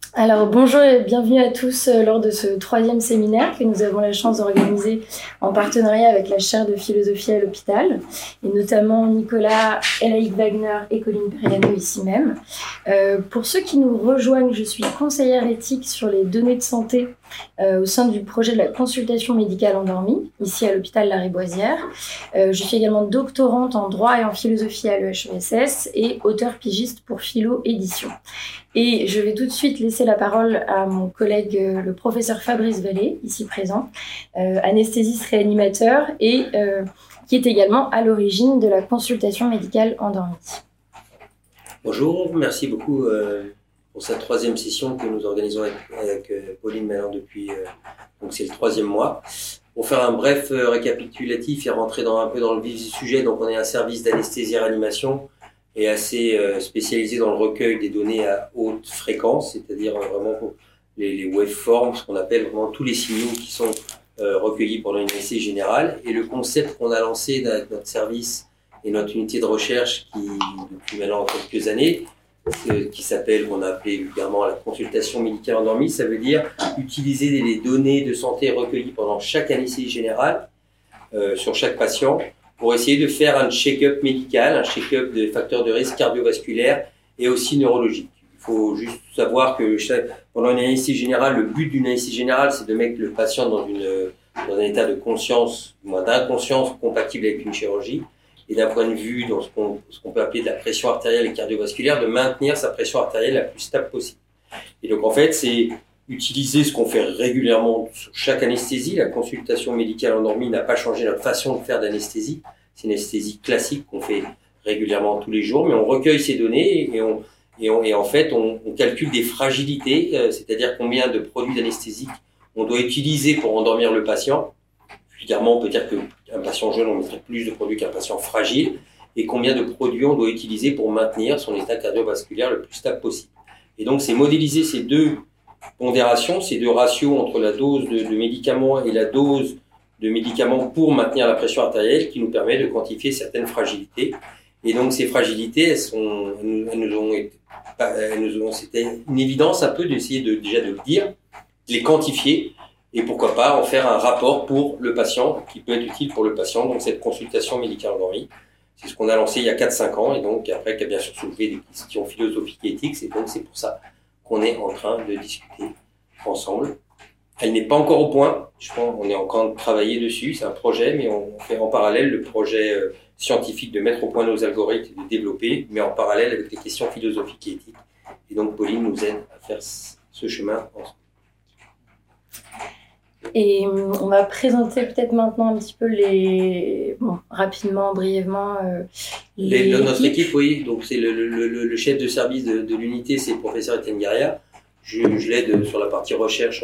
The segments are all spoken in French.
Alors bonjour et bienvenue à tous lors de ce troisième séminaire que nous avons la chance d'organiser en partenariat avec la chaire de philosophie à l'hôpital et notamment Nicolas, Elaïque Wagner et Colline Periano ici même. Pour ceux qui nous rejoignent, je suis conseillère éthique sur les données de santé au sein du projet de la consultation médicale endormie, ici à l'hôpital Lariboisière. Je suis également doctorante en droit et en philosophie à l'EHESS et auteure pigiste pour Philo Édition. Et je vais tout de suite laisser la parole à mon collègue, le professeur Fabrice Vallée, ici présent, anesthésiste réanimateur et qui est également à l'origine de la consultation médicale endormie. Bonjour, merci beaucoup pour cette troisième session que nous organisons avec Pauline maintenant depuis, donc c'est le troisième mois. Pour faire un bref récapitulatif et rentrer un peu dans le vif du sujet, donc on est un service d'anesthésie réanimation et assez spécialisé dans le recueil des données à haute fréquence, c'est-à-dire vraiment les waveforms, ce qu'on appelle vraiment tous les signaux qui sont recueillis pendant une anesthésie générale. Et le concept qu'on a lancé avec notre service et notre unité de recherche qui, depuis maintenant quelques années, qui s'appelle, qu'on a appelé vulgairement la consultation médicale endormie, ça veut dire utiliser les données de santé recueillies pendant chaque anesthésie générale sur chaque patient pour essayer de faire un check-up médical, un check-up de facteurs de risque cardiovasculaires et aussi neurologiques. Il faut juste savoir que pendant une anesthésie générale, le but d'une anesthésie générale, c'est de mettre le patient dans un état de conscience, du moins d'inconscience compatible avec une chirurgie, et d'un point de vue dans ce qu'on peut appeler de la pression artérielle et cardiovasculaire, de maintenir sa pression artérielle la plus stable possible. Et donc en fait, c'est utiliser ce qu'on fait régulièrement sur chaque anesthésie. La consultation médicale endormie n'a pas changé notre façon de faire d'anesthésie. C'est une anesthésie classique qu'on fait régulièrement tous les jours, mais on recueille ces données et en fait on calcule des fragilités, c'est-à-dire combien de produits d'anesthésique on doit utiliser pour endormir le patient. Vulgairement, on peut dire qu'un patient jeune, on mettrait plus de produits qu'un patient fragile, et combien de produits on doit utiliser pour maintenir son état cardiovasculaire le plus stable possible. Et donc, c'est modéliser ces deux pondérations, ces deux ratios entre la dose de médicaments et la dose de médicaments pour maintenir la pression artérielle qui nous permet de quantifier certaines fragilités. Et donc, ces fragilités, c'était une évidence un peu d'essayer déjà de le dire, de les quantifier, et pourquoi pas en faire un rapport pour le patient, qui peut être utile pour le patient. Donc cette consultation médicale endormie, c'est ce qu'on a lancé il y a 4-5 ans, et donc après qui a bien sûr soulevé des questions philosophiques et éthiques, et donc c'est pour ça qu'on est en train de discuter ensemble. Elle n'est pas encore au point, je pense qu'on est en train de travailler dessus, c'est un projet, mais on fait en parallèle le projet scientifique de mettre au point nos algorithmes et de développer, mais en parallèle avec les questions philosophiques et éthiques. Et donc Pauline nous aide à faire ce chemin ensemble. Et on va présenter peut-être maintenant un petit peu rapidement, brièvement, notre équipe, oui. Donc c'est le chef de service de l'unité, c'est le professeur Étienne Garia. Je l'aide sur la partie recherche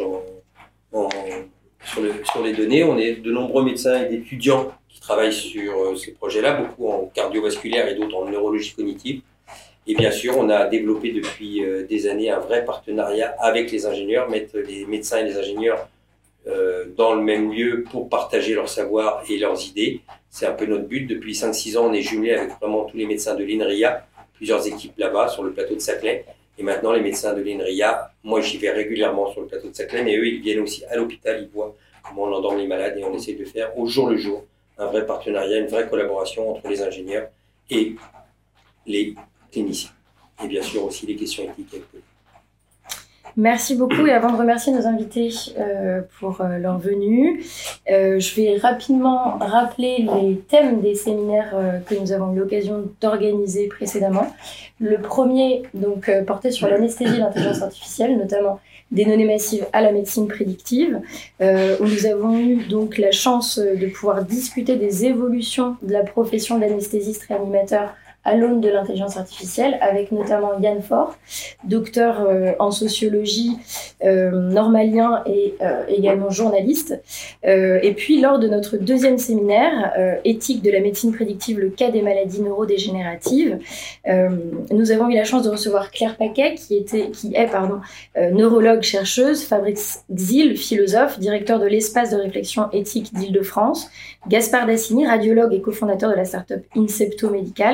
sur les données. On est de nombreux médecins et d'étudiants qui travaillent sur ces projets-là, beaucoup en cardiovasculaire et d'autres en neurologie cognitive. Et bien sûr, on a développé depuis des années un vrai partenariat avec les ingénieurs, mettre les médecins et les ingénieurs dans le même lieu pour partager leur savoir et leurs idées. C'est un peu notre but. Depuis 5-6 ans, on est jumelé avec vraiment tous les médecins de l'INRIA, plusieurs équipes là-bas sur le plateau de Saclay. Et maintenant, les médecins de l'INRIA, moi j'y vais régulièrement sur le plateau de Saclay, mais eux, ils viennent aussi à l'hôpital, ils voient comment on endorme les malades et on essaie de faire au jour le jour un vrai partenariat, une vraie collaboration entre les ingénieurs et les cliniciens. Et bien sûr aussi les questions éthiques. Merci beaucoup, et avant de remercier nos invités pour leur venue, je vais rapidement rappeler les thèmes des séminaires que nous avons eu l'occasion d'organiser précédemment. Le premier donc portait sur l'anesthésie et l'intelligence artificielle, notamment des données massives à la médecine prédictive, où nous avons eu donc la chance de pouvoir discuter des évolutions de la profession d'anesthésiste réanimateur à l'aune de l'intelligence artificielle, avec notamment Yann Faure, docteur en sociologie, normalien et également journaliste. Et puis, lors de notre deuxième séminaire, éthique de la médecine prédictive, le cas des maladies neurodégénératives, nous avons eu la chance de recevoir Claire Paquet, qui est neurologue chercheuse, Fabrice Xil, philosophe, directeur de l'espace de réflexion éthique d'Île-de-France, Gaspard Dassini, radiologue et cofondateur de la start-up Incepto Médical,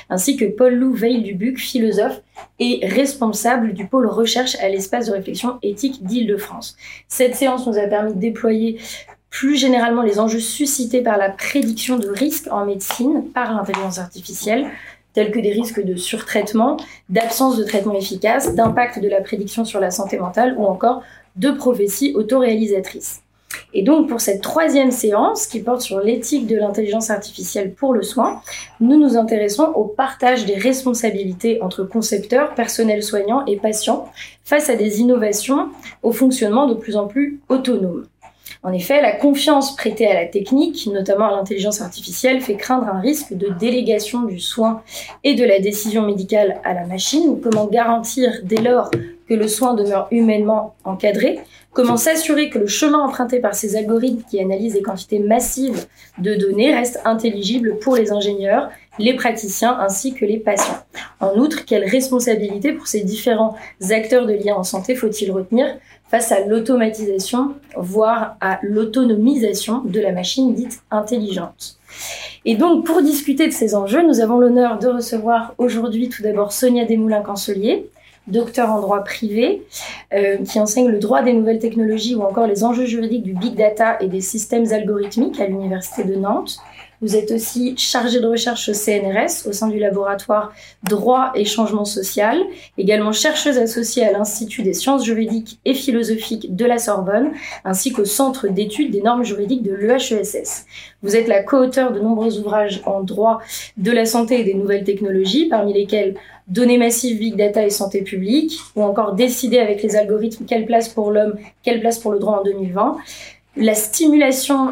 ainsi que Paul-Loup Veil-Dubuc, philosophe et responsable du pôle recherche à l'espace de réflexion éthique d'Île-de-France. Cette séance nous a permis de déployer plus généralement les enjeux suscités par la prédiction de risques en médecine par l'intelligence artificielle, tels que des risques de surtraitement, d'absence de traitement efficace, d'impact de la prédiction sur la santé mentale ou encore de prophéties autoréalisatrices. Et donc pour cette troisième séance qui porte sur l'éthique de l'intelligence artificielle pour le soin, nous nous intéressons au partage des responsabilités entre concepteurs, personnel soignant et patients face à des innovations au fonctionnement de plus en plus autonome. En effet, la confiance prêtée à la technique, notamment à l'intelligence artificielle, fait craindre un risque de délégation du soin et de la décision médicale à la machine. Comment garantir dès lors que le soin demeure humainement encadré ? Comment s'assurer que le chemin emprunté par ces algorithmes qui analysent des quantités massives de données reste intelligible pour les ingénieurs, les praticiens ainsi que les patients ? En outre, quelle responsabilité pour ces différents acteurs de liens en santé faut-il retenir face à l'automatisation, voire à l'autonomisation de la machine dite intelligente ? Et donc, pour discuter de ces enjeux, nous avons l'honneur de recevoir aujourd'hui tout d'abord Sonia Desmoulins-Cancelier, docteur en droit privé, qui enseigne le droit des nouvelles technologies ou encore les enjeux juridiques du big data et des systèmes algorithmiques à l'Université de Nantes. Vous êtes aussi chargée de recherche au CNRS, au sein du laboratoire Droit et Changement Social, également chercheuse associée à l'Institut des sciences juridiques et philosophiques de la Sorbonne, ainsi qu'au Centre d'études des normes juridiques de l'EHESS. Vous êtes la co-auteure de nombreux ouvrages en droit de la santé et des nouvelles technologies, parmi lesquels Données massives, Big Data et santé publique, ou encore Décider avec les algorithmes, quelle place pour l'homme, quelle place pour le droit en 2020, la stimulation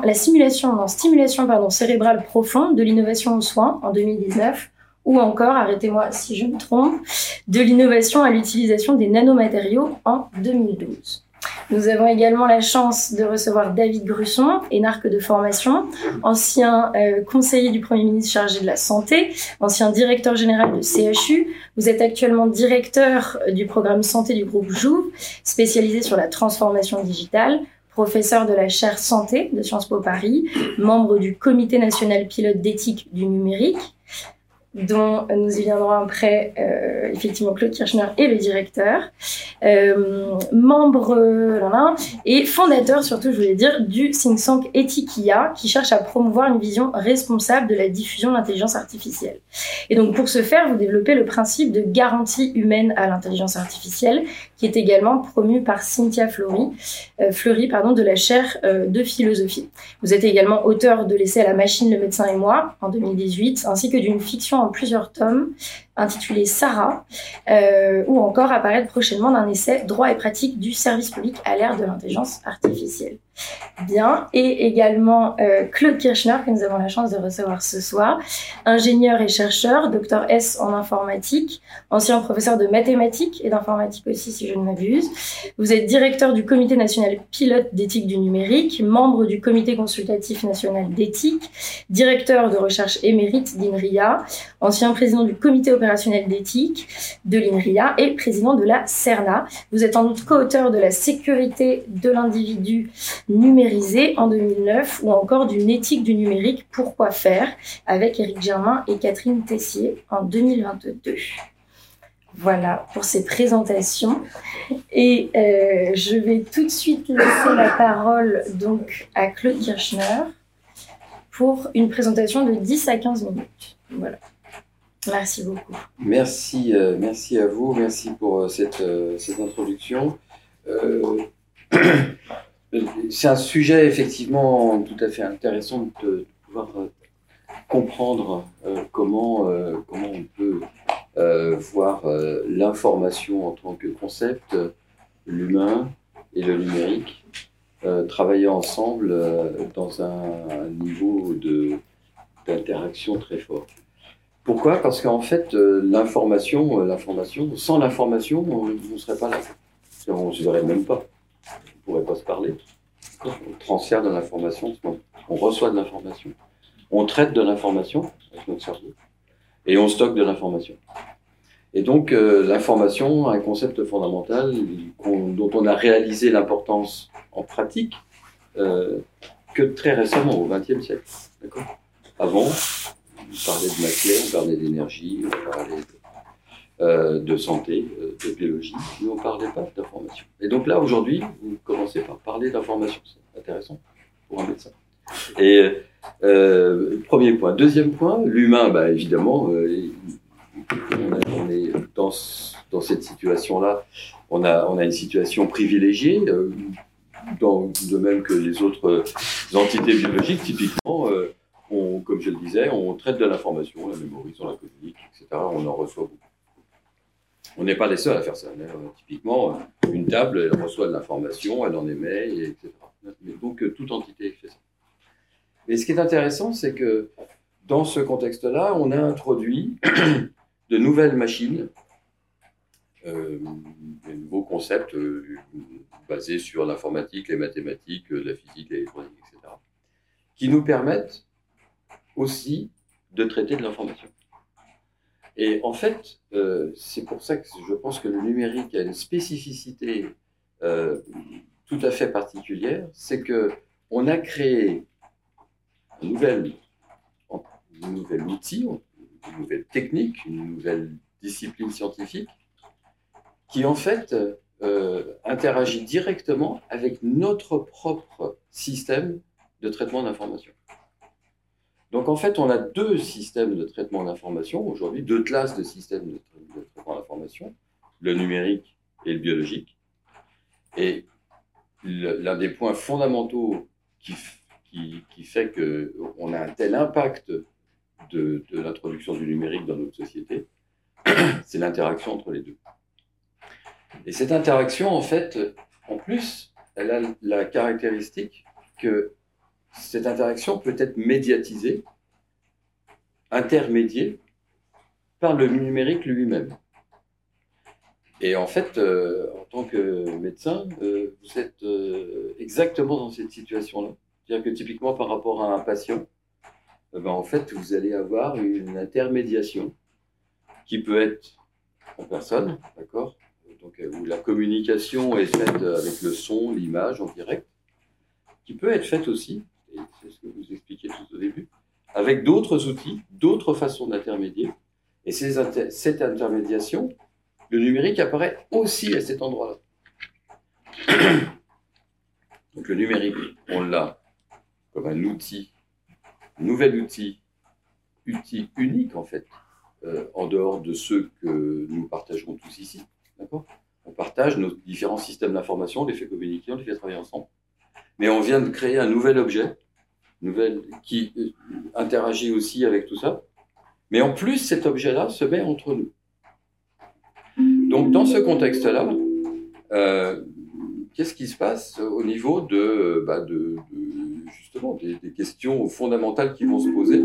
cérébrale profonde de l'innovation aux soins en 2019, ou encore, arrêtez-moi si je me trompe, de l'innovation à l'utilisation des nanomatériaux en 2012. Nous avons également la chance de recevoir David Grusson, énarque de formation, ancien conseiller du Premier ministre chargé de la santé, ancien directeur général de CHU. Vous êtes actuellement directeur du programme santé du groupe Jouve, spécialisé sur la transformation digitale, professeur de la chaire santé de Sciences Po Paris, membre du comité national pilote d'éthique du numérique, dont nous y viendrons après, effectivement, Claude Kirchner est le directeur, membre et fondateur, surtout, je voulais dire, du think tank Ethikia, qui cherche à promouvoir une vision responsable de la diffusion de l'intelligence artificielle. Et donc, pour ce faire, vous développez le principe de garantie humaine à l'intelligence artificielle, qui est également promu par Cynthia Fleury, de la chaire de philosophie. Vous êtes également auteur de l'essai « La machine, le médecin et moi » en 2018, ainsi que d'une fiction en plusieurs tomes intitulée Sarah, ou encore apparaître prochainement d'un essai « Droit et pratique du service public à l'ère de l'intelligence artificielle ». Bien, et également Claude Kirchner, que nous avons la chance de recevoir ce soir, ingénieur et chercheur, docteur S en informatique, ancien professeur de mathématiques et d'informatique aussi, si je ne m'abuse. Vous êtes directeur du comité national pilote d'éthique du numérique, membre du comité consultatif national d'éthique, directeur de recherche émérite d'INRIA, ancien président du comité opérationnel d'éthique de l'INRIA et président de la CERNA. Vous êtes en outre co-auteur de la sécurité de l'individu numérisé en 2009 ou encore d'une éthique du numérique, pourquoi faire, avec Éric Germain et Catherine Tessier en 2022. Voilà pour ces présentations. Et je vais tout de suite laisser la parole donc à Claude Kirchner pour une présentation de 10 à 15 minutes. Voilà. Merci beaucoup. Merci à vous, merci pour cette introduction. C'est un sujet effectivement tout à fait intéressant de pouvoir comprendre comment on peut voir l'information en tant que concept, l'humain et le numérique, travailler ensemble dans un niveau d'interaction très fort. Pourquoi ? Parce qu'en fait, l'information, sans l'information, on ne serait pas là. On ne se verrait même pas. On ne pourrait pas se parler. On transfère de l'information, on reçoit de l'information. On traite de l'information avec notre cerveau et on stocke de l'information. Et donc, l'information, un concept fondamental dont on a réalisé l'importance en pratique que très récemment, au XXe siècle. D'accord ? Avant, parlait de maths clairs, on parlait d'énergie, on parlait de santé, de biologie, mais on ne parlait pas d'information. Et donc là, aujourd'hui, vous commencez par parler d'information. C'est intéressant pour un médecin. Et premier point. Deuxième point, l'humain, bah, évidemment, on est dans cette situation-là, on a une situation privilégiée, de même que les autres entités biologiques, typiquement, comme je le disais, on traite de l'information, on la mémorise, on la communique, etc. On en reçoit beaucoup. On n'est pas les seuls à faire ça. Typiquement, une table, elle reçoit de l'information, elle en émet, etc. Donc, toute entité fait ça. Mais ce qui est intéressant, c'est que dans ce contexte-là, on a introduit de nouvelles machines, de nouveaux concepts basés sur l'informatique, les mathématiques, la physique, l'électronique, etc., qui nous permettent aussi de traiter de l'information. Et en fait, c'est pour ça que je pense que le numérique a une spécificité tout à fait particulière, c'est qu'on a créé un nouvel outil, une nouvelle technique, une nouvelle discipline scientifique qui en fait interagit directement avec notre propre système de traitement d'information. Donc en fait, on a deux systèmes de traitement d'information aujourd'hui, deux classes de systèmes de traitement d'information, le numérique et le biologique. Et l'un des points fondamentaux qui fait qu'on a un tel impact de l'introduction du numérique dans notre société, c'est l'interaction entre les deux. Et cette interaction, en fait, en plus, elle a la caractéristique que cette interaction peut être médiatisée, intermédiée par le numérique lui-même. Et en fait, en tant que médecin, vous êtes exactement dans cette situation-là. C'est-à-dire que typiquement par rapport à un patient, en fait, vous allez avoir une intermédiation qui peut être en personne, d'accord ? Donc, où la communication est faite avec le son, l'image en direct, qui peut être faite aussi, et c'est ce que vous expliquiez tout au début, avec d'autres outils, d'autres façons d'intermédier. Et cette intermédiation, le numérique apparaît aussi à cet endroit-là. Donc le numérique, on l'a comme un outil, nouvel outil unique en fait, en dehors de ceux que nous partageons tous ici. D'accord ? On partage nos différents systèmes d'information, on les fait communiquer, on les fait travailler ensemble. Mais on vient de créer un nouvel objet, qui interagit aussi avec tout ça. Mais en plus, cet objet-là se met entre nous. Donc, dans ce contexte-là, qu'est-ce qui se passe au niveau justement des questions fondamentales qui vont se poser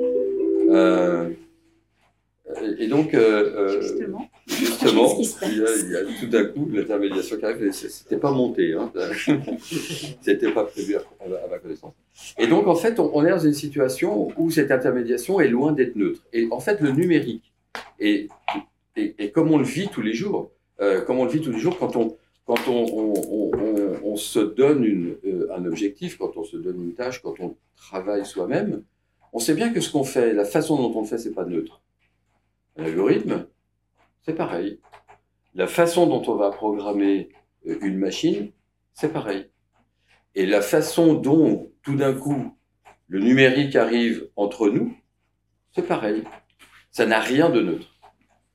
et donc, justement, il y a tout d'un coup l'intermédiation qui arrive, c'était pas monté, hein, c'était pas prévu à ma connaissance. Et donc, en fait, on est dans une situation où cette intermédiation est loin d'être neutre. Et en fait, le numérique, et comme on le vit tous les jours, quand on se donne un objectif, quand on se donne une tâche, quand on travaille soi-même, on sait bien que ce qu'on fait, la façon dont on le fait, c'est pas neutre. L'algorithme, c'est pareil. La façon dont on va programmer une machine, c'est pareil. Et la façon dont, tout d'un coup, le numérique arrive entre nous, c'est pareil. Ça n'a rien de neutre. D'accord ?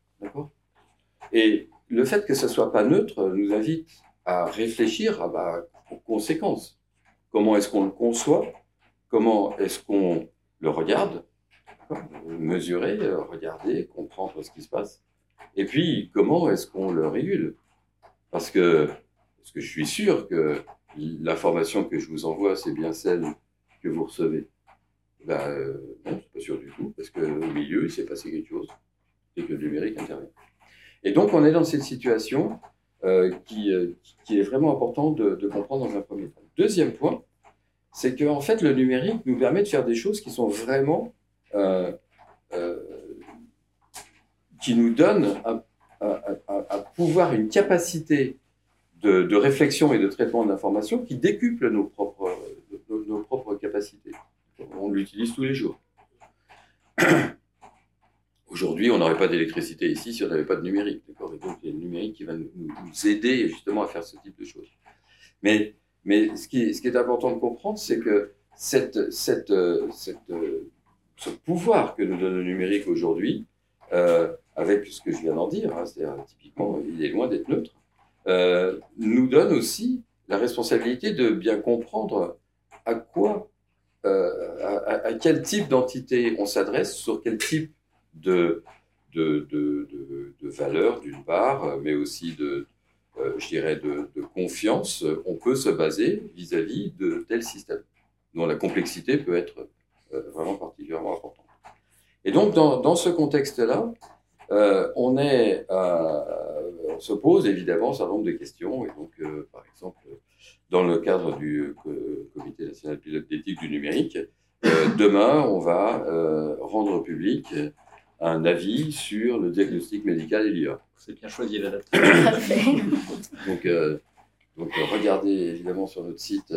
Et le fait que ça ne soit pas neutre nous invite à réfléchir aux conséquences. Comment est-ce qu'on le conçoit ? Comment est-ce qu'on le regarde ? Mesurer, regarder, comprendre ce qui se passe. Et puis, comment est-ce qu'on le régule ? Parce que je suis sûr que l'information que je vous envoie, c'est bien celle que vous recevez. Non, je ne suis pas sûr du tout, parce qu'au milieu, il s'est passé quelque chose et que le numérique intervient. Et donc, on est dans cette situation qui est vraiment important de comprendre dans un premier temps. Deuxième point, c'est qu'en fait, le numérique nous permet de faire des choses qui sont vraiment qui nous donne un pouvoir, une capacité de réflexion et de traitement d'information qui décuple nos propres capacités. On l'utilise tous les jours. Aujourd'hui, on n'aurait pas d'électricité ici si on n'avait pas de numérique. D'accord ? Et donc, il y a le numérique qui va nous aider justement à faire ce type de choses. Mais ce qui est important de comprendre, c'est que ce pouvoir que nous donne le numérique aujourd'hui, avec ce que je viens d'en dire, hein, c'est-à-dire typiquement, il est loin d'être neutre, nous donne aussi la responsabilité de bien comprendre à quoi, à quel type d'entité on s'adresse, sur quel type de valeur d'une part, mais aussi je dirais de confiance, on peut se baser vis-à-vis de tels systèmes, dont la complexité peut être vraiment particulièrement importante. Et donc, dans ce contexte-là, on se pose évidemment un certain nombre de questions. Et donc, par exemple, dans le cadre du Comité national pilote d'éthique du numérique, demain, on va rendre public un avis sur le diagnostic médical et l'IA. C'est bien choisi la date. Donc, regardez évidemment sur notre site,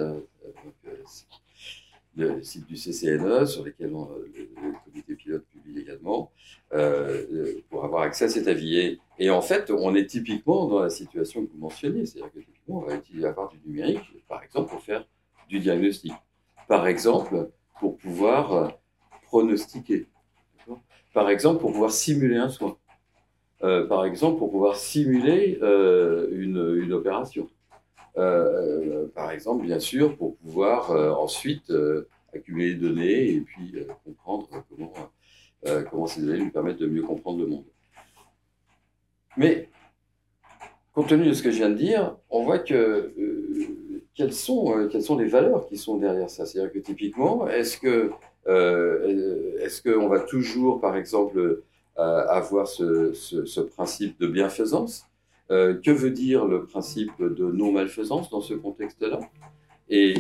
le site du CCNE, sur lequel le comité pilote publie également, pour avoir accès à cet avis. Et en fait, on est typiquement dans la situation que vous mentionnez, c'est-à-dire que typiquement, on va utiliser la part du numérique, par exemple, pour faire du diagnostic. Par exemple, pour pouvoir pronostiquer. Par exemple, pour pouvoir simuler un soin. Par exemple, pour pouvoir simuler une opération. Par exemple, bien sûr, pour pouvoir ensuite accumuler des données et puis comprendre comment ces données nous permettent de mieux comprendre le monde. Mais, compte tenu de ce que je viens de dire, on voit que quelles sont les valeurs qui sont derrière ça. C'est-à-dire que typiquement, est-ce qu'on va toujours, par exemple, avoir ce principe de bienfaisance ? Que veut dire le principe de non-malfaisance dans ce contexte-là ? Et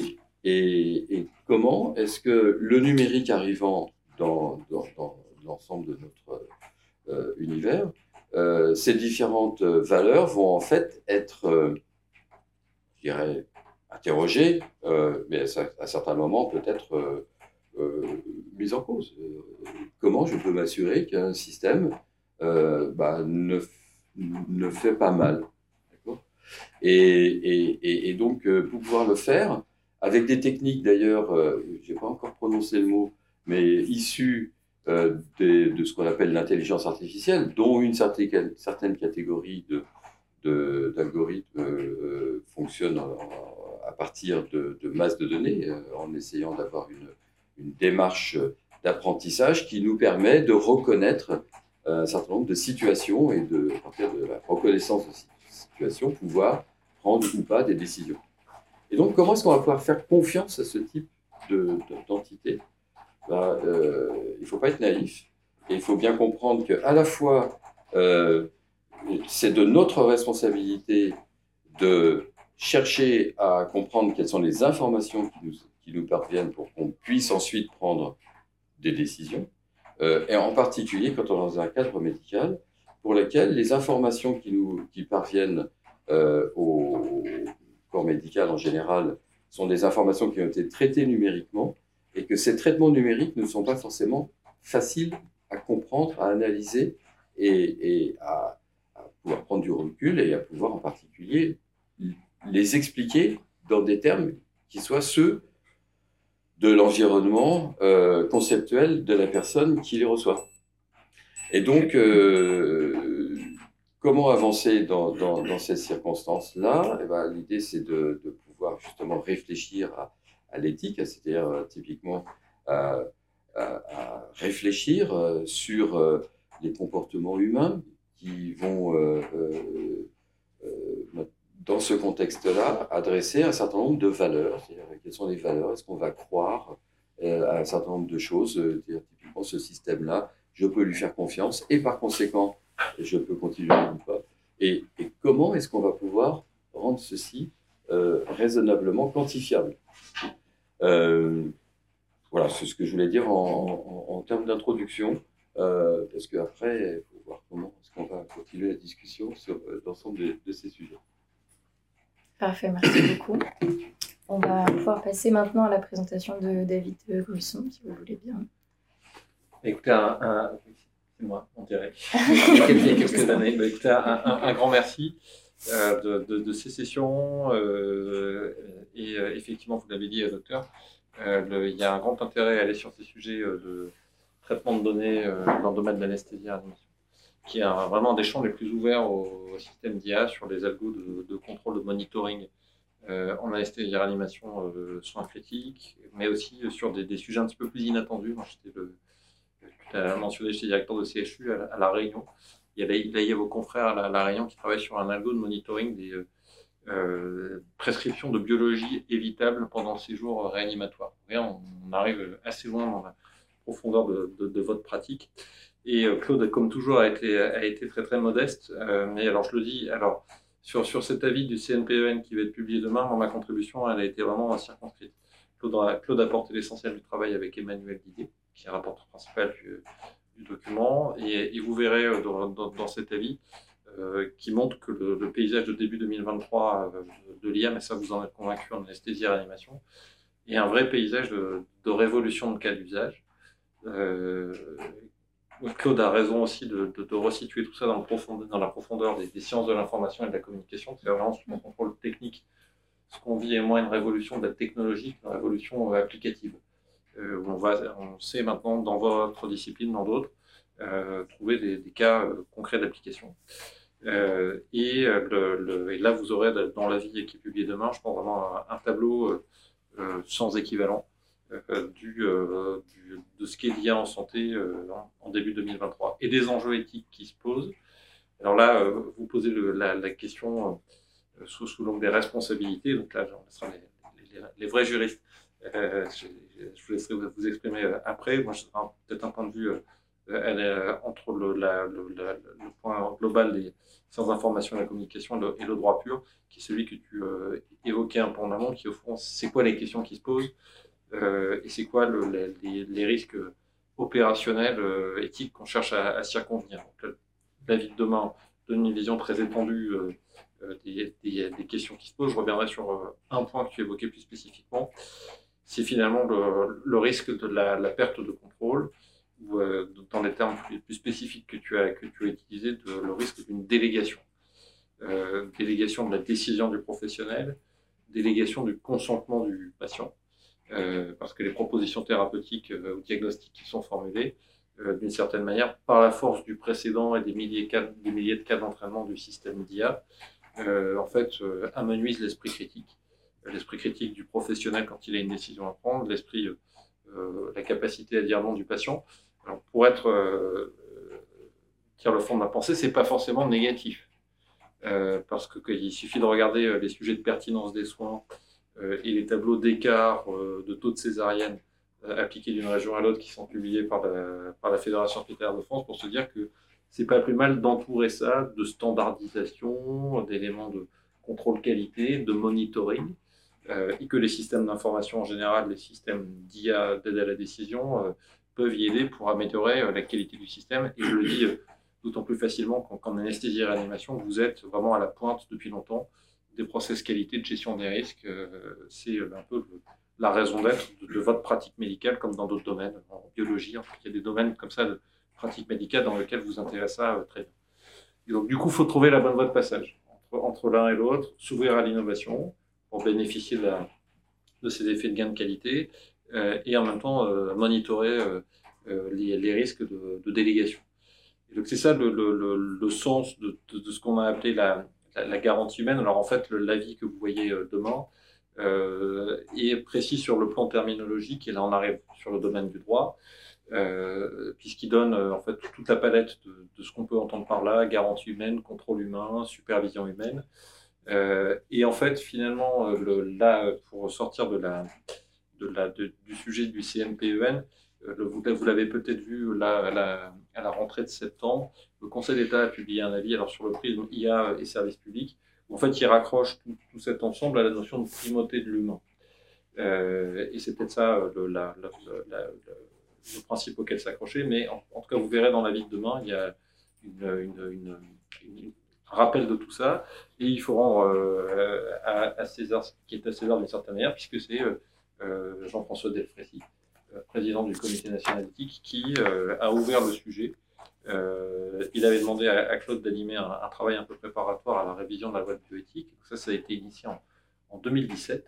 comment est-ce que le numérique arrivant dans l'ensemble de notre univers, ces différentes valeurs vont en fait être, je dirais, interrogées, mais à certains moments peut-être mises en cause. Comment je peux m'assurer qu'un système ne fait pas mal, d'accord ? Et donc, pour pouvoir le faire, avec des techniques d'ailleurs, je n'ai pas encore prononcé le mot, mais issues de ce qu'on appelle l'intelligence artificielle, dont une certaine catégorie d'algorithmes fonctionne à partir de masses de données, en essayant d'avoir une démarche d'apprentissage qui nous permet de reconnaître un certain nombre de situations et à partir de la reconnaissance de situations, pouvoir prendre ou pas des décisions. Et donc, comment est-ce qu'on va pouvoir faire confiance à ce type d'entité ? Il ne faut pas être naïf et il faut bien comprendre qu'à la fois, c'est de notre responsabilité de chercher à comprendre quelles sont les informations qui nous parviennent pour qu'on puisse ensuite prendre des décisions. Et en particulier quand on est dans un cadre médical pour lequel les informations qui parviennent au corps médical en général sont des informations qui ont été traitées numériquement et que ces traitements numériques ne sont pas forcément faciles à comprendre, à analyser et à pouvoir prendre du recul et à pouvoir en particulier les expliquer dans des termes qui soient ceux de l'environnement conceptuel de la personne qui les reçoit. Et donc, comment avancer dans ces circonstances-là ? L'idée, c'est de pouvoir justement réfléchir à l'éthique, c'est-à-dire typiquement à réfléchir sur les comportements humains qui vont, dans ce contexte-là, adresser un certain nombre de valeurs. C'est-à-dire, quelles sont les valeurs ? Est-ce qu'on va croire à un certain nombre de choses ? Typiquement, ce système-là, je peux lui faire confiance et par conséquent, je peux continuer ou pas. Et comment est-ce qu'on va pouvoir rendre ceci raisonnablement quantifiable ? Voilà, c'est ce que je voulais dire en termes d'introduction, parce qu'après, il faut voir comment est-ce qu'on va continuer la discussion sur l'ensemble de ces sujets. Parfait, merci beaucoup. On va pouvoir passer maintenant à la présentation de David Gruisson, si vous voulez bien. Écoutez, c'est moi, on dirait. Il y a quelques années. Écoutez, un grand merci de ces sessions. Effectivement, vous l'avez dit, docteur, il y a un grand intérêt à aller sur ces sujets de traitement de données dans le domaine de l'anesthésie-réanimation, qui est vraiment des champs les plus ouverts au système d'IA sur les algos de contrôle de monitoring en anesthésie-réanimation, soins critiques, mais aussi sur des sujets un petit peu plus inattendus. Moi, tu as mentionné, j'étais directeur de CHU à La Réunion. Il y a vos confrères à La Réunion qui travaillent sur un algo de monitoring des prescriptions de biologie évitables pendant le séjour réanimatoire. On arrive assez loin dans la profondeur de votre pratique. Et Claude, comme toujours, a été très très modeste. Mais alors je le dis, sur cet avis du CNPEN qui va être publié demain, ma contribution, elle a été vraiment circonscrite. Claude a porté l'essentiel du travail avec Emmanuel Didier, qui est le rapporteur principal du document, et vous verrez dans cet avis qui montre que le paysage de début 2023 de l'IA, mais ça vous en êtes convaincu en anesthésie et réanimation, est un vrai paysage de révolution de cas d'usage. Claude a raison aussi de resituer tout ça dans la profondeur des sciences de l'information et de la communication. C'est vraiment sous mon contrôle technique. Ce qu'on vit est moins une révolution de la technologie qu'une révolution applicative. On sait maintenant, dans votre discipline, dans d'autres, trouver des cas concrets d'application. Et là, vous aurez, dans l'avis qui est publié demain, je pense vraiment un tableau sans équivalent de ce qu'est l'IA en santé en début 2023 et des enjeux éthiques qui se posent. Alors là, vous posez la question sous l'angle des responsabilités. Donc là, on laissera les vrais juristes. Je vous laisserai vous exprimer après. Moi, je serai peut-être un point de vue entre le point global des sciences d'information et de la communication et le droit pur, qui est celui que tu évoquais un peu en amont, qui au fond, c'est quoi les questions qui se posent et c'est quoi les risques opérationnels, éthiques qu'on cherche à circonvenir. Donc, l'avis de demain donne une vision très étendue des questions qui se posent. Je reviendrai sur un point que tu évoquais plus spécifiquement. C'est finalement le risque de la perte de contrôle, ou dans les termes plus spécifiques que tu as utilisés, le risque d'une délégation. Délégation de la décision du professionnel, délégation du consentement du patient, parce que les propositions thérapeutiques ou diagnostiques qui sont formulées, d'une certaine manière, par la force du précédent et des milliers de cas d'entraînement du système d'IA, en fait, amenuisent l'esprit critique du professionnel quand il a une décision à prendre, la capacité à dire non du patient. Alors, pour dire le fond de ma pensée, c'est pas forcément négatif, parce qu'il suffit de regarder les sujets de pertinence des soins et les tableaux d'écart de taux de césarienne appliqués d'une région à l'autre qui sont publiés par la Fédération hospitalière de France pour se dire que c'est pas plus mal d'entourer ça de standardisation, d'éléments de contrôle qualité, de monitoring, et que les systèmes d'information en général, les systèmes d'IA d'aide à la décision peuvent y aider pour améliorer la qualité du système. Et je le dis d'autant plus facilement qu'en anesthésie et réanimation, vous êtes vraiment à la pointe depuis longtemps des process qualité de gestion des risques. C'est un peu la raison d'être de votre pratique médicale, comme dans d'autres domaines, en biologie. En fait, il y a des domaines comme ça de pratique médicale dans lesquels vous intéressez ça très bien. Et donc, du coup, il faut trouver la bonne voie de passage entre l'un et l'autre, s'ouvrir à l'innovation pour bénéficier de ces effets de gain de qualité et en même temps monitorer les risques de délégation. Et donc, c'est ça le sens de ce qu'on a appelé la garantie humaine. Alors, en fait, l'avis que vous voyez demain est précis sur le plan terminologique, et là, on arrive sur le domaine du droit, puisqu'il donne en fait toute la palette de ce qu'on peut entendre par là: garantie humaine, contrôle humain, supervision humaine. Et en fait, finalement, là, pour sortir du sujet du CNPEN, vous l'avez peut-être vu là, à la rentrée de septembre, le Conseil d'État a publié un avis sur le prisme IA et services publics, où en fait il raccroche tout cet ensemble à la notion de primauté de l'humain. Et c'est peut-être ça le principe auquel s'accrocher, mais en tout cas vous verrez dans l'avis de demain, il y a un rappel de tout ça, et il faut rendre à César ce qui est à César d'une certaine manière, puisque c'est Jean-François Delfrécy président du comité national d'éthique, qui a ouvert le sujet. Il avait demandé à Claude d'animer un travail un peu préparatoire à la révision de la loi de bioéthique. Donc ça a été initié en 2017,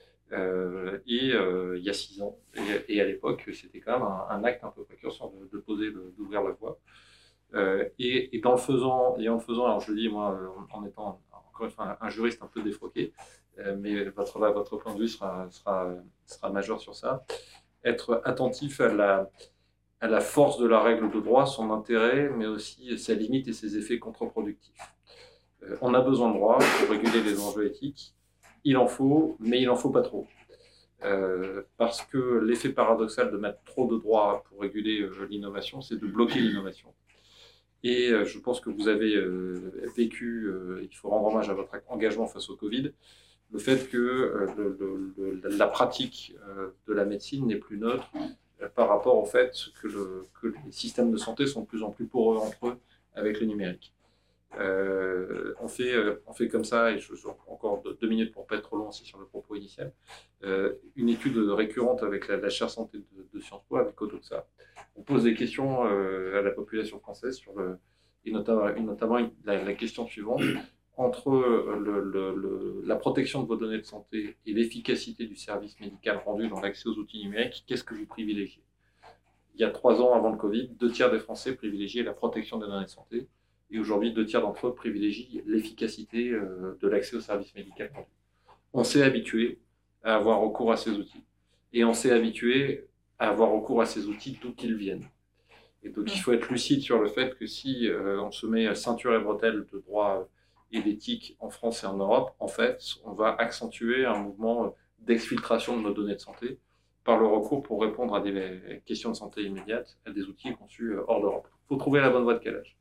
il y a 6 ans. Et à l'époque, c'était quand même un acte un peu précurseur d'ouvrir la voie. Et en le faisant, alors je le dis moi, en étant encore une fois un juriste un peu défroqué, mais votre point de vue sera majeur sur ça. Être attentif à la force de la règle de droit, son intérêt, mais aussi sa limite et ses effets contre-productifs. On a besoin de droit pour réguler les enjeux éthiques. Il en faut, mais il n'en faut pas trop. Parce que l'effet paradoxal de mettre trop de droit pour réguler l'innovation, c'est de bloquer l'innovation. Et je pense que vous avez vécu, il faut rendre hommage à votre engagement face au Covid, le fait que la pratique de la médecine n'est plus neutre par rapport au fait que les systèmes de santé sont de plus en plus poreux entre eux avec le numérique. On fait comme ça, et encore 2 minutes pour ne pas être trop long aussi sur le propos initial, une étude récurrente avec la chaire santé de Sciences Po, avec Odoxa. On pose des questions à la population française et notamment la question suivante: entre la protection de vos données de santé et l'efficacité du service médical rendu dans l'accès aux outils numériques, qu'est-ce que vous privilégiez? Il y a 3 ans, avant le Covid, 2 tiers des Français privilégiaient la protection des données de santé. Et aujourd'hui, 2 tiers d'entre eux privilégient l'efficacité de l'accès au service médical rendu. On s'est habitué à avoir recours à ces outils. Et on s'est habitué à avoir recours à ces outils d'où qu'ils viennent. Et donc, il faut être lucide sur le fait que si on se met ceinture et bretelles de droit et d'éthique en France et en Europe, en fait, on va accentuer un mouvement d'exfiltration de nos données de santé par le recours pour répondre à des questions de santé immédiate à des outils conçus hors d'Europe. Il faut trouver la bonne voie de calage.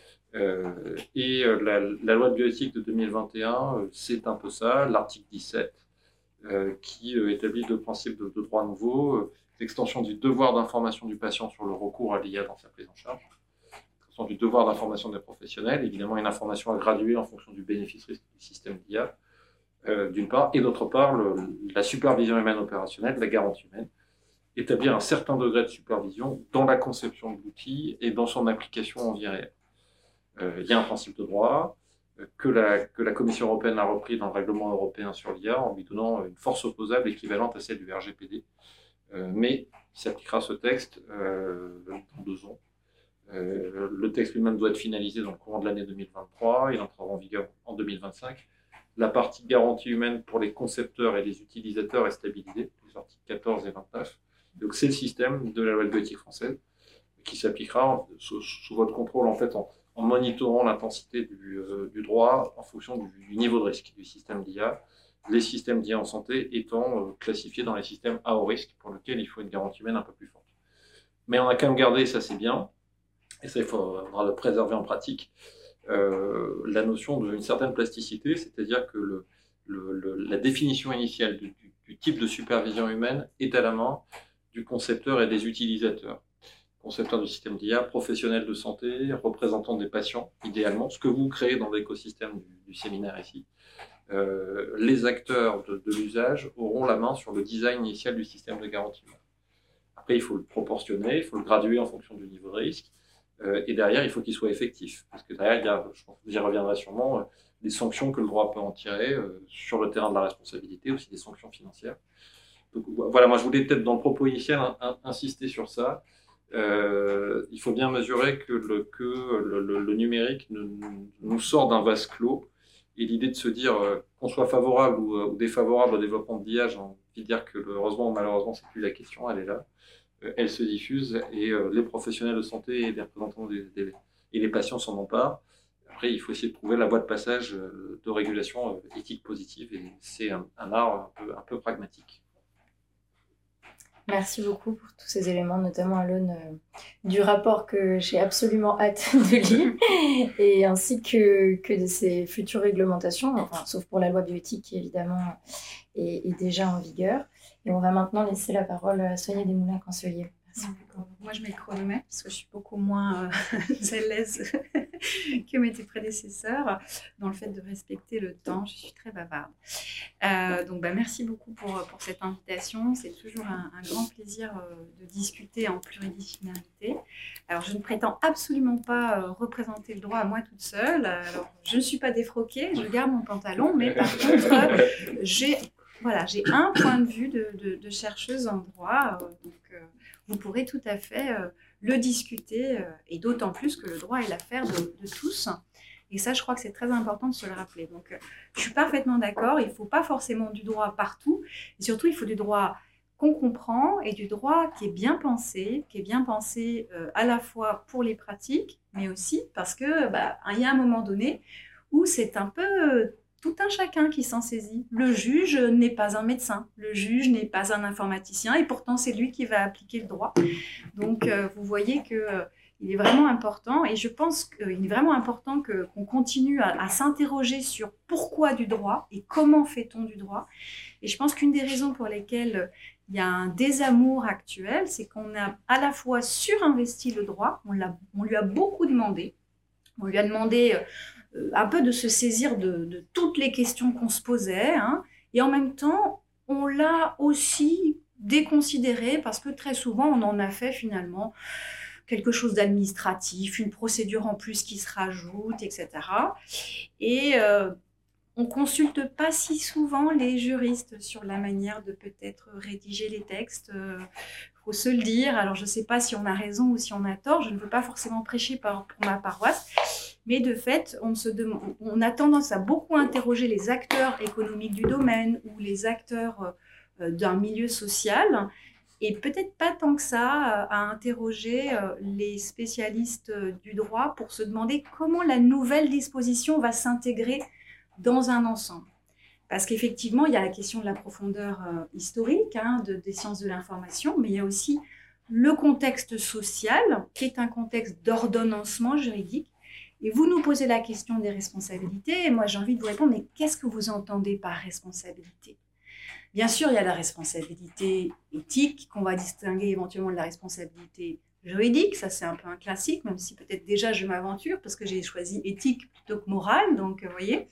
La loi de bioéthique de 2021, c'est un peu ça, l'article 17, qui établit 2 principes de droit nouveaux, l'extension du devoir d'information du patient sur le recours à l'IA dans sa prise en charge, l'extension du devoir d'information des professionnels, évidemment une information à graduer en fonction du bénéfice-risque du système d'IA, d'une part, et d'autre part, la supervision humaine opérationnelle, la garantie humaine, établir un certain degré de supervision dans la conception de l'outil et dans son application en vie réelle. Il y a un principe de droit que la Commission européenne a repris dans le règlement européen sur l'IA en lui donnant une force opposable équivalente à celle du RGPD. Mais il s'appliquera ce texte dans 2 ans. Le texte lui-même doit être finalisé dans le courant de l'année 2023. Il entrera en vigueur en 2025. La partie garantie humaine pour les concepteurs et les utilisateurs est stabilisée, les articles 14 et 29. Donc c'est le système de la loi de bioéthique française qui s'appliquera sous votre contrôle en fait en monitorant l'intensité du droit en fonction du niveau de risque du système d'IA, les systèmes d'IA en santé étant classifiés dans les systèmes à haut risque pour lesquels il faut une garantie humaine un peu plus forte. Mais on a quand même gardé, ça c'est bien, et ça il faudra le préserver en pratique, la notion d'une certaine plasticité, c'est-à-dire que la définition initiale du type de supervision humaine est à la main du concepteur et des utilisateurs. Concepteurs du système d'IA, professionnels de santé, représentants des patients, idéalement, ce que vous créez dans l'écosystème du séminaire ici. Les acteurs de l'usage auront la main sur le design initial du système de garantie humaine. Après, il faut le proportionner, il faut le graduer en fonction du niveau de risque, et derrière, il faut qu'il soit effectif. Parce que derrière, il y a, je pense que j'y reviendrai sûrement, des sanctions que le droit peut en tirer sur le terrain de la responsabilité, aussi des sanctions financières. Donc voilà, moi je voulais peut-être dans le propos initial insister sur ça. Il faut bien mesurer que le numérique nous sort d'un vase clos, et l'idée de se dire qu'on soit favorable ou défavorable au développement de l'IA, j'ai envie de dire que heureusement ou malheureusement c'est plus la question, elle est là, elle se diffuse et les professionnels de santé et les représentants et les patients s'en emparent. Après il faut essayer de trouver la voie de passage de régulation éthique positive, et c'est un art un peu pragmatique. Merci beaucoup pour tous ces éléments, notamment à l'aune du rapport que j'ai absolument hâte de lire, et ainsi que de ces futures réglementations, enfin, sauf pour la loi bioéthique qui évidemment est déjà en vigueur. Et on va maintenant laisser la parole à Sonia Desmoulins-Cancelier. D'accord. Moi, je mets le chronomètre parce que je suis beaucoup moins à l'aise que mes prédécesseurs dans le fait de respecter le temps. Je suis très bavarde. Donc, merci beaucoup pour cette invitation. C'est toujours un grand plaisir de discuter en pluridisciplinarité. Alors, je ne prétends absolument pas représenter le droit à moi toute seule. Alors, je ne suis pas défroquée, je garde mon pantalon, mais par contre, j'ai un point de vue de chercheuse en droit. Vous pourrez tout à fait le discuter, et d'autant plus que le droit est l'affaire de tous. Et ça, je crois que c'est très important de se le rappeler. Donc, je suis parfaitement d'accord. Il ne faut pas forcément du droit partout. Et surtout, il faut du droit qu'on comprend et du droit qui est bien pensé à la fois pour les pratiques, mais aussi parce que il y a un moment donné où c'est un peu tout un chacun qui s'en saisit. Le juge n'est pas un médecin, le juge n'est pas un informaticien, et pourtant c'est lui qui va appliquer le droit. Donc vous voyez qu'il est vraiment important, et je pense qu'il est vraiment important qu'on continue à s'interroger sur pourquoi du droit et comment fait-on du droit. Et je pense qu'une des raisons pour lesquelles il y a un désamour actuel, c'est qu'on a à la fois surinvesti le droit, on lui a beaucoup demandé, on lui a demandé un peu de se saisir de toutes les questions qu'on se posait, et en même temps, on l'a aussi déconsidéré parce que très souvent, on en a fait finalement quelque chose d'administratif, une procédure en plus qui se rajoute, etc. Et on ne consulte pas si souvent les juristes sur la manière de peut-être rédiger les textes. Faut se le dire. Alors, je ne sais pas si on a raison ou si on a tort. Je ne veux pas forcément prêcher pour ma paroisse. Mais de fait, on a tendance à beaucoup interroger les acteurs économiques du domaine ou les acteurs d'un milieu social, et peut-être pas tant que ça à interroger les spécialistes du droit pour se demander comment la nouvelle disposition va s'intégrer dans un ensemble. Parce qu'effectivement, il y a la question de la profondeur historique des sciences de l'information, mais il y a aussi le contexte social, qui est un contexte d'ordonnancement juridique. Et vous nous posez la question des responsabilités, et moi j'ai envie de vous répondre, mais qu'est-ce que vous entendez par responsabilité ? Bien sûr, il y a la responsabilité éthique, qu'on va distinguer éventuellement de la responsabilité juridique. Ça, c'est un peu un classique, même si peut-être déjà je m'aventure, parce que j'ai choisi éthique plutôt que morale, donc vous voyez.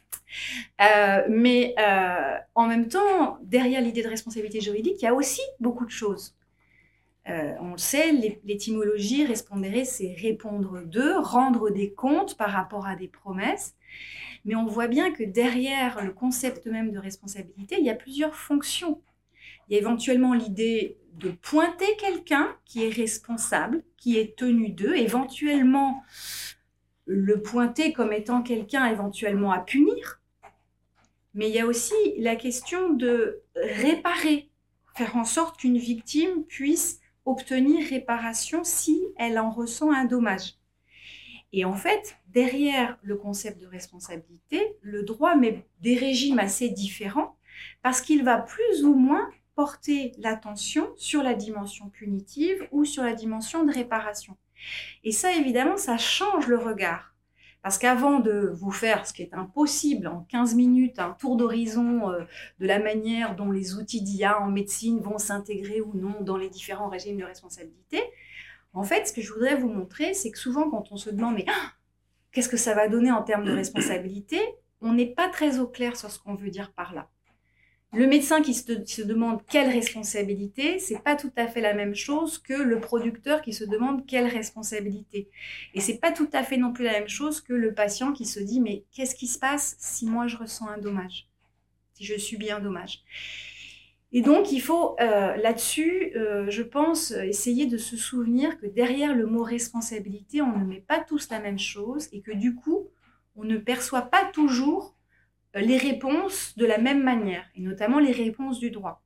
Mais en même temps, derrière l'idée de responsabilité juridique, il y a aussi beaucoup de choses. On le sait, l'étymologie respondere, c'est répondre de, rendre des comptes par rapport à des promesses. Mais on voit bien que derrière le concept même de responsabilité, il y a plusieurs fonctions. Il y a éventuellement l'idée de pointer quelqu'un qui est responsable, qui est tenu d'eux, éventuellement le pointer comme étant quelqu'un éventuellement à punir. Mais il y a aussi la question de réparer, faire en sorte qu'une victime puisse obtenir réparation si elle en ressent un dommage. Et en fait, derrière le concept de responsabilité, le droit met des régimes assez différents parce qu'il va plus ou moins porter l'attention sur la dimension punitive ou sur la dimension de réparation. Et ça, évidemment, ça change le regard. Parce qu'avant de vous faire, ce qui est impossible, en 15 minutes, un tour d'horizon de la manière dont les outils d'IA en médecine vont s'intégrer ou non dans les différents régimes de responsabilité, en fait, ce que je voudrais vous montrer, c'est que souvent, quand on se demande « mais qu'est-ce que ça va donner en termes de responsabilité ?», on n'est pas très au clair sur ce qu'on veut dire par là. Le médecin qui se demande quelle responsabilité, c'est pas tout à fait la même chose que le producteur qui se demande quelle responsabilité. Et c'est pas tout à fait non plus la même chose que le patient qui se dit mais qu'est-ce qui se passe si moi je ressens un dommage, si je subis un dommage. Et donc il faut là-dessus, je pense, essayer de se souvenir que derrière le mot responsabilité, on ne met pas tous la même chose et que du coup, on ne perçoit pas toujours les réponses de la même manière, et notamment les réponses du droit.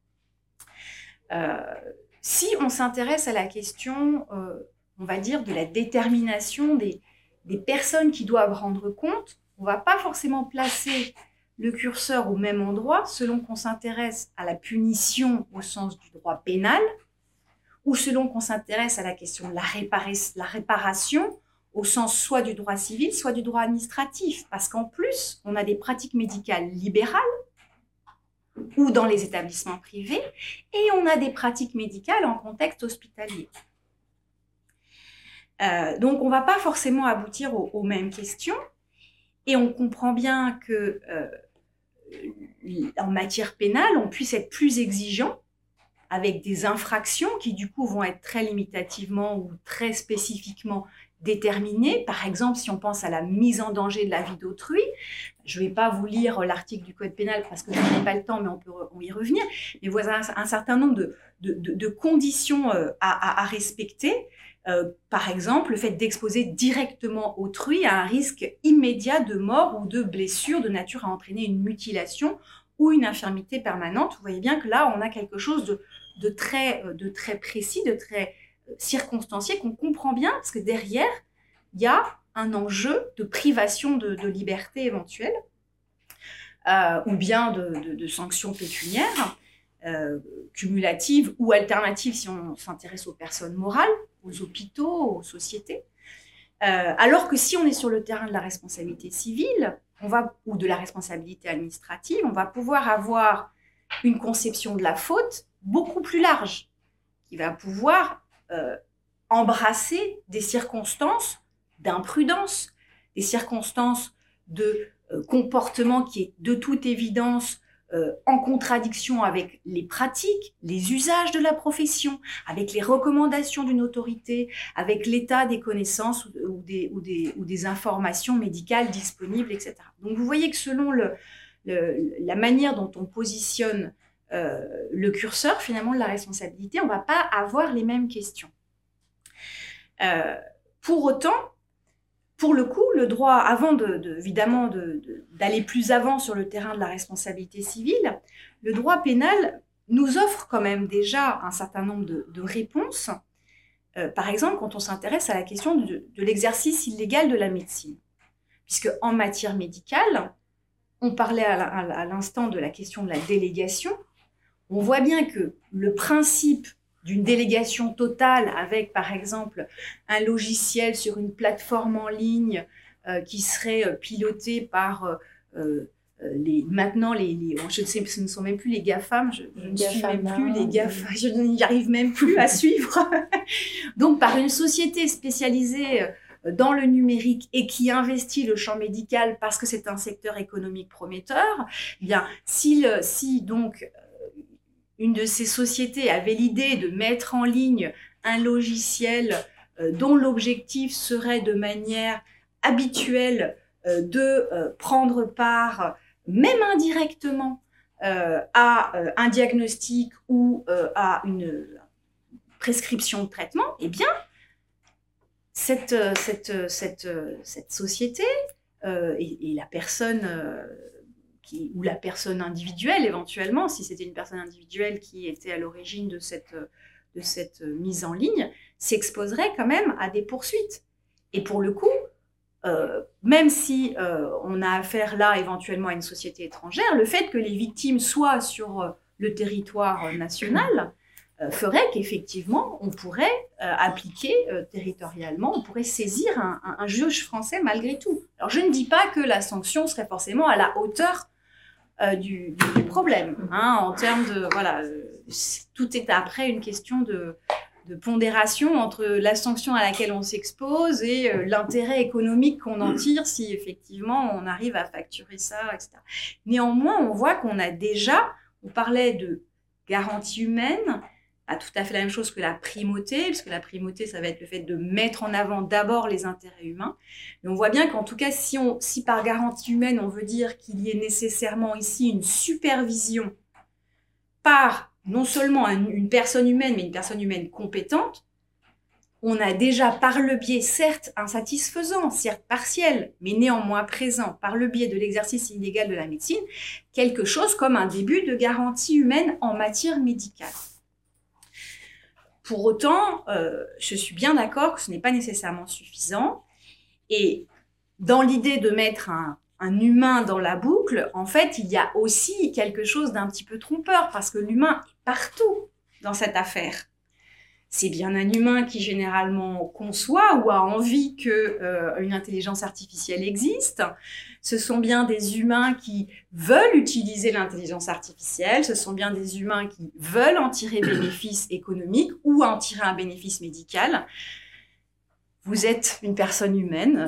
Si on s'intéresse à la question, on va dire, de la détermination des personnes qui doivent rendre compte, on ne va pas forcément placer le curseur au même endroit selon qu'on s'intéresse à la punition au sens du droit pénal, ou selon qu'on s'intéresse à la question de la réparation au sens soit du droit civil, soit du droit administratif. Parce qu'en plus, on a des pratiques médicales libérales, ou dans les établissements privés, et on a des pratiques médicales en contexte hospitalier. Donc, on ne va pas forcément aboutir aux mêmes questions, et on comprend bien que en matière pénale, on puisse être plus exigeant avec des infractions qui, du coup, vont être très limitativement ou très spécifiquement déterminées. Par exemple, si on pense à la mise en danger de la vie d'autrui, je ne vais pas vous lire l'article du Code pénal parce que je n'ai pas le temps, mais on peut y revenir. Mais voilà un certain nombre de conditions à respecter. Par exemple, le fait d'exposer directement autrui à un risque immédiat de mort ou de blessure de nature à entraîner une mutilation ou une infirmité permanente. Vous voyez bien que là, on a quelque chose de très précis, de très circonstancié, qu'on comprend bien, parce que derrière, il y a un enjeu de privation de liberté éventuelle, ou bien de sanctions pécuniaires, cumulatives ou alternatives si on s'intéresse aux personnes morales, aux hôpitaux, aux sociétés. Alors que si on est sur le terrain de la responsabilité civile, ou de la responsabilité administrative, on va pouvoir avoir une conception de la faute beaucoup plus large, qui va pouvoir embrasser des circonstances d'imprudence, des circonstances de comportement qui est de toute évidence en contradiction avec les pratiques, les usages de la profession, avec les recommandations d'une autorité, avec l'état des connaissances ou des informations médicales disponibles, etc. Donc vous voyez que selon la manière dont on positionne le curseur finalement de la responsabilité, on ne va pas avoir les mêmes questions. Pour autant, pour le coup, le droit, avant évidemment d'aller plus avant sur le terrain de la responsabilité civile, le droit pénal nous offre quand même déjà un certain nombre de réponses. Par exemple, quand on s'intéresse à la question de l'exercice illégal de la médecine. Puisque en matière médicale, on parlait à l'instant de la question de la délégation, on voit bien que le principe d'une délégation totale avec, par exemple, un logiciel sur une plateforme en ligne qui serait piloté par maintenant, je ne sais, ce ne sont même plus les GAFAM, je ne suis même plus les GAFAM, je n'y arrive même plus à suivre. Donc, par une société spécialisée dans le numérique et qui investit le champ médical parce que c'est un secteur économique prometteur, eh bien, si donc une de ces sociétés avait l'idée de mettre en ligne un logiciel dont l'objectif serait de manière habituelle de prendre part, même indirectement, à un diagnostic ou à une prescription de traitement, eh bien, cette société et la personne ou la personne individuelle éventuellement, si c'était une personne individuelle qui était à l'origine de cette mise en ligne, s'exposerait quand même à des poursuites. Et pour le coup, même si on a affaire là éventuellement à une société étrangère, le fait que les victimes soient sur le territoire national ferait qu'effectivement on pourrait appliquer territorialement, on pourrait saisir un juge français malgré tout. Alors je ne dis pas que la sanction serait forcément à la hauteur du problème, hein, en termes de tout est après une question de pondération entre la sanction à laquelle on s'expose et l'intérêt économique qu'on en tire si effectivement on arrive à facturer ça, etc. Néanmoins, on voit qu'on a déjà, on parlait de garantie humaine, pas tout à fait la même chose que la primauté, parce que la primauté, ça va être le fait de mettre en avant d'abord les intérêts humains. Mais on voit bien qu'en tout cas, si par garantie humaine, on veut dire qu'il y ait nécessairement ici une supervision par non seulement une personne humaine, mais une personne humaine compétente, on a déjà par le biais, certes insatisfaisant, certes partiel, mais néanmoins présent, par le biais de l'exercice illégal de la médecine, quelque chose comme un début de garantie humaine en matière médicale. Pour autant, je suis bien d'accord que ce n'est pas nécessairement suffisant. Et dans l'idée de mettre un humain dans la boucle, en fait, il y a aussi quelque chose d'un petit peu trompeur, parce que l'humain est partout dans cette affaire. C'est bien un humain qui généralement conçoit ou a envie qu'une intelligence artificielle existe. Ce sont bien des humains qui veulent utiliser l'intelligence artificielle. Ce sont bien des humains qui veulent en tirer bénéfice économique ou en tirer un bénéfice médical. Vous êtes une personne humaine.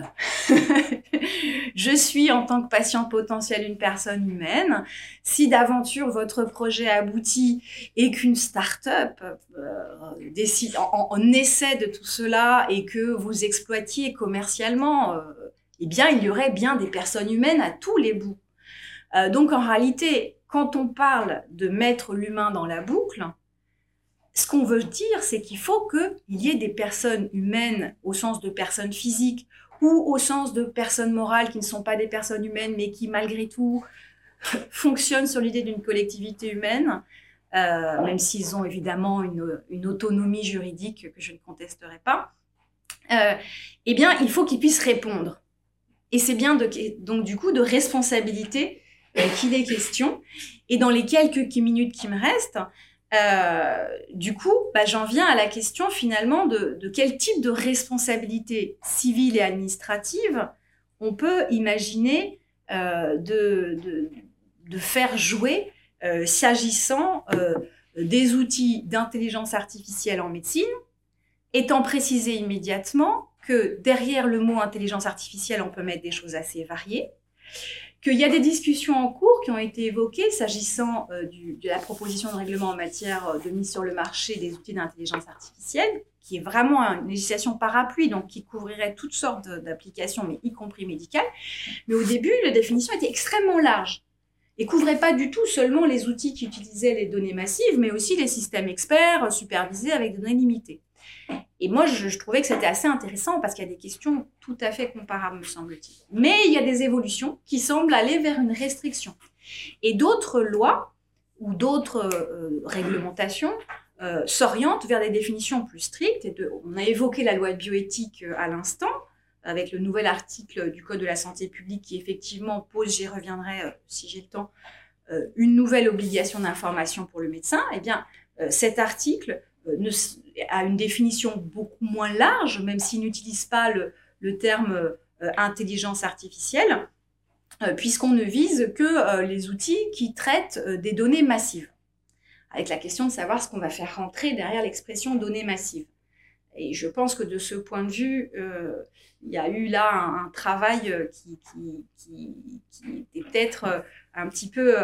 Je suis, en tant que patient potentiel, une personne humaine. Si d'aventure votre projet aboutit et qu'une start-up décide, en essaie de tout cela et que vous exploitiez commercialement, eh bien, il y aurait bien des personnes humaines à tous les bouts. Donc, en réalité, quand on parle de mettre l'humain dans la boucle, ce qu'on veut dire, c'est qu'il faut qu'il y ait des personnes humaines au sens de personnes physiques ou au sens de personnes morales qui ne sont pas des personnes humaines, mais qui, malgré tout, fonctionnent sur l'idée d'une collectivité humaine, même s'ils ont évidemment une autonomie juridique que je ne contesterai pas. Eh bien, il faut qu'ils puissent répondre. Et c'est bien donc du coup de responsabilité qu'il est question. Et dans les quelques minutes qui me restent, du coup, j'en viens à la question finalement de quel type de responsabilité civile et administrative on peut imaginer de faire jouer s'agissant des outils d'intelligence artificielle en médecine, étant précisé immédiatement que derrière le mot intelligence artificielle, on peut mettre des choses assez variées, qu'il y a des discussions en cours qui ont été évoquées s'agissant de la proposition de règlement en matière de mise sur le marché des outils d'intelligence artificielle, qui est vraiment une législation parapluie, donc qui couvrirait toutes sortes d'applications, mais y compris médicales. Mais au début, la définition était extrêmement large et couvrait pas du tout seulement les outils qui utilisaient les données massives, mais aussi les systèmes experts supervisés avec des données limitées. Et moi, je trouvais que c'était assez intéressant parce qu'il y a des questions tout à fait comparables, me semble-t-il. Mais il y a des évolutions qui semblent aller vers une restriction. Et d'autres lois ou d'autres réglementations s'orientent vers des définitions plus strictes. On a évoqué la loi de bioéthique à l'instant, avec le nouvel article du Code de la santé publique qui effectivement pose, j'y reviendrai si j'ai le temps, une nouvelle obligation d'information pour le médecin. Eh bien, cet article a une définition beaucoup moins large, même s'il n'utilise pas le terme intelligence artificielle, puisqu'on ne vise que les outils qui traitent des données massives, avec la question de savoir ce qu'on va faire rentrer derrière l'expression données massives. Et je pense que de ce point de vue, il y a eu là un travail qui était peut-être un petit peu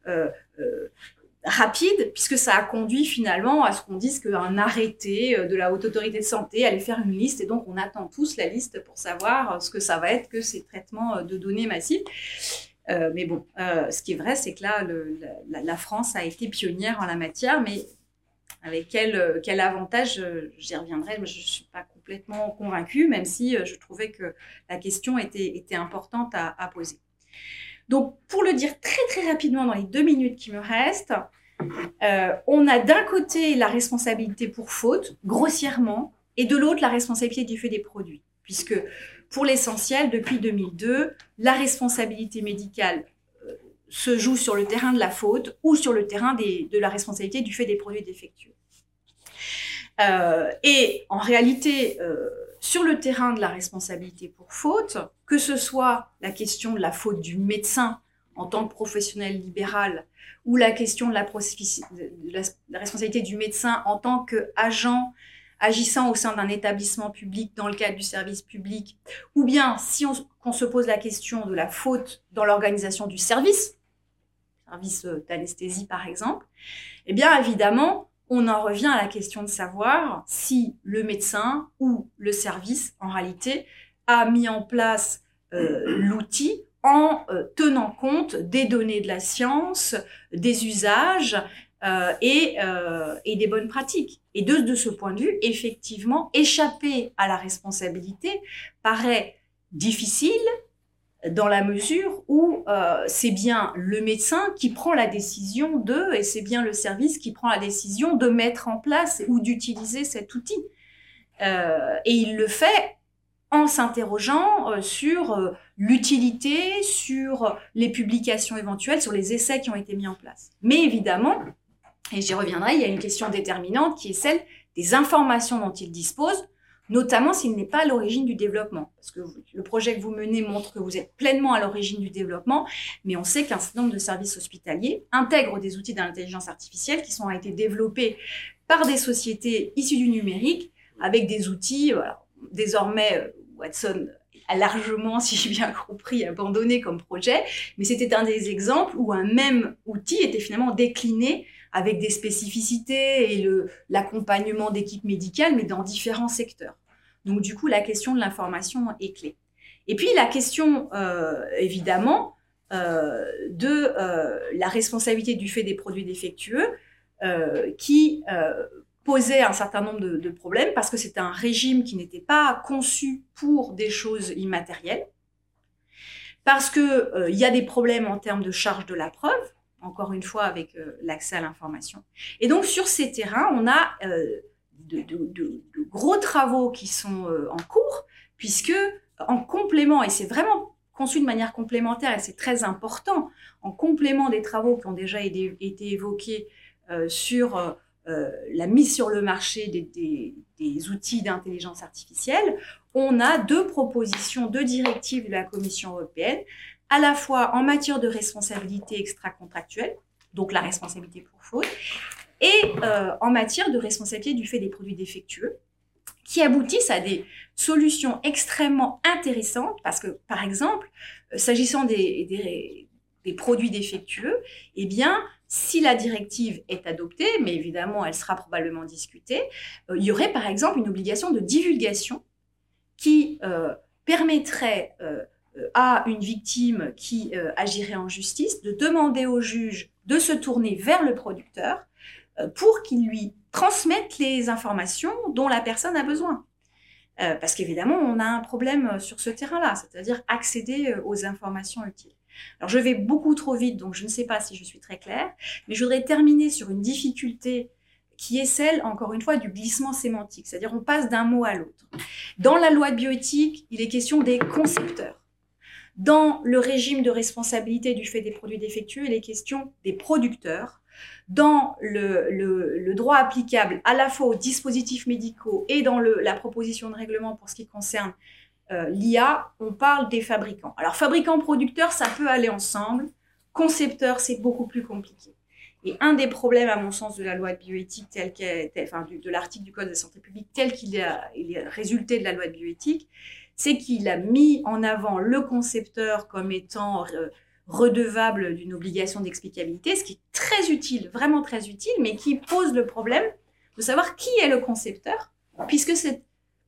rapide, puisque ça a conduit finalement à ce qu'on dise qu'un arrêté de la Haute Autorité de Santé allait faire une liste, et donc on attend tous la liste pour savoir ce que ça va être que ces traitements de données massives. Mais bon, ce qui est vrai, c'est que là, la France a été pionnière en la matière, mais avec quel avantage, j'y reviendrai, mais je ne suis pas complètement convaincue, même si je trouvais que la question était importante à poser. Donc, pour le dire très très rapidement dans les 2 minutes qui me restent, on a d'un côté la responsabilité pour faute, grossièrement, et de l'autre la responsabilité du fait des produits. Puisque, pour l'essentiel, depuis 2002, la responsabilité médicale se joue sur le terrain de la faute ou sur le terrain de la responsabilité du fait des produits défectueux. Et en réalité, sur le terrain de la responsabilité pour faute, que ce soit la question de la faute du médecin en tant que professionnel libéral ou la question de la responsabilité du médecin en tant qu'agent agissant au sein d'un établissement public dans le cadre du service public, ou bien si qu'on se pose la question de la faute dans l'organisation du service d'anesthésie par exemple, eh bien évidemment, on en revient à la question de savoir si le médecin ou le service, en réalité, a mis en place l'outil en tenant compte des données de la science, des usages et des bonnes pratiques. Et de ce point de vue, effectivement, échapper à la responsabilité paraît difficile dans la mesure où c'est bien le médecin qui prend la décision et c'est bien le service qui prend la décision de mettre en place ou d'utiliser cet outil. Et il le fait en s'interrogeant sur l'utilité, sur les publications éventuelles, sur les essais qui ont été mis en place. Mais évidemment, et j'y reviendrai, il y a une question déterminante qui est celle des informations dont il dispose, notamment s'il n'est pas à l'origine du développement. Parce que le projet que vous menez montre que vous êtes pleinement à l'origine du développement, mais on sait qu'un certain nombre de services hospitaliers intègrent des outils d'intelligence artificielle qui ont été développés par des sociétés issues du numérique, avec des outils, désormais Watson a largement, si j'ai bien compris, abandonné comme projet, mais c'était un des exemples où un même outil était finalement décliné avec des spécificités et l'accompagnement d'équipes médicales, mais dans différents secteurs. Donc, du coup, la question de l'information est clé. Et puis, la question, évidemment, de la responsabilité du fait des produits défectueux qui posait un certain nombre de problèmes parce que c'était un régime qui n'était pas conçu pour des choses immatérielles, parce qu'il y a des problèmes en termes de charge de la preuve, encore une fois avec l'accès à l'information. Et donc, sur ces terrains, on a de gros travaux qui sont en cours, puisque en complément, et c'est vraiment conçu de manière complémentaire, et c'est très important, en complément des travaux qui ont déjà été évoqués sur la mise sur le marché des outils d'intelligence artificielle, on a 2 propositions, 2 directives de la Commission européenne, à la fois en matière de responsabilité extra-contractuelle, donc la responsabilité pour faute, et en matière de responsabilité du fait des produits défectueux, qui aboutissent à des solutions extrêmement intéressantes, parce que, par exemple, s'agissant des produits défectueux, eh bien, si la directive est adoptée, mais évidemment, elle sera probablement discutée, il y aurait par exemple une obligation de divulgation qui permettrait à une victime qui agirait en justice de demander au juge de se tourner vers le producteur pour qu'il lui transmette les informations dont la personne a besoin. Parce qu'évidemment, on a un problème sur ce terrain-là, c'est-à-dire accéder aux informations utiles. Alors, je vais beaucoup trop vite, donc je ne sais pas si je suis très claire, mais je voudrais terminer sur une difficulté qui est celle, encore une fois, du glissement sémantique, c'est-à-dire on passe d'un mot à l'autre. Dans la loi de bioéthique, il est question des concepteurs. Dans le régime de responsabilité du fait des produits défectueux, il est question des producteurs. Dans le droit applicable à la fois aux dispositifs médicaux et dans la proposition de règlement pour ce qui concerne l'IA, on parle des fabricants. Alors, fabricants-producteurs, ça peut aller ensemble. Concepteurs, c'est beaucoup plus compliqué. Et un des problèmes, à mon sens, de la loi de bioéthique, de l'article du Code de la santé publique tel qu'il est résulté de la loi de bioéthique, c'est qu'il a mis en avant le concepteur comme étant redevable d'une obligation d'explicabilité, ce qui est très utile, vraiment très utile, mais qui pose le problème de savoir qui est le concepteur, puisque c'est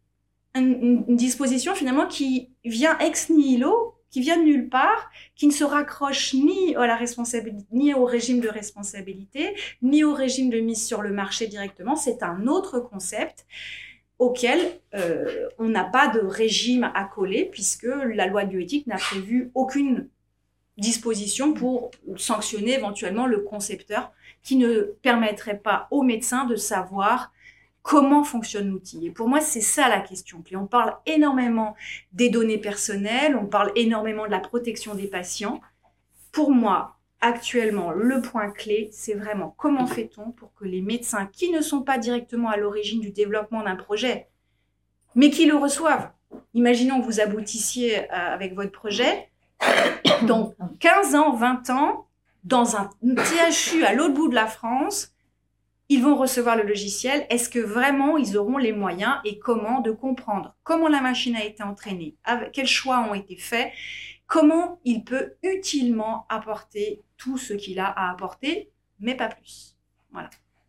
une disposition finalement qui vient ex nihilo, qui vient de nulle part, qui ne se raccroche ni à la responsabilité, ni au régime de responsabilité, ni au régime de mise sur le marché directement. C'est un autre concept auquel on n'a pas de régime à coller, puisque la loi de bioéthique n'a prévu aucune disposition pour sanctionner éventuellement le concepteur qui ne permettrait pas aux médecins de savoir comment fonctionne l'outil. Et pour moi, c'est ça la question clé. On parle énormément des données personnelles, on parle énormément de la protection des patients. Pour moi, actuellement, le point clé, c'est vraiment comment fait-on pour que les médecins qui ne sont pas directement à l'origine du développement d'un projet, mais qui le reçoivent. Imaginons que vous aboutissiez avec votre projet, dans 15 ans, 20 ans, dans un THU à l'autre bout de la France, ils vont recevoir le logiciel. Est-ce que vraiment ils auront les moyens et comment de comprendre comment la machine a été entraînée, quels choix ont été faits, comment il peut utilement apporter tout ce qu'il a à apporter, mais pas plus. Voilà.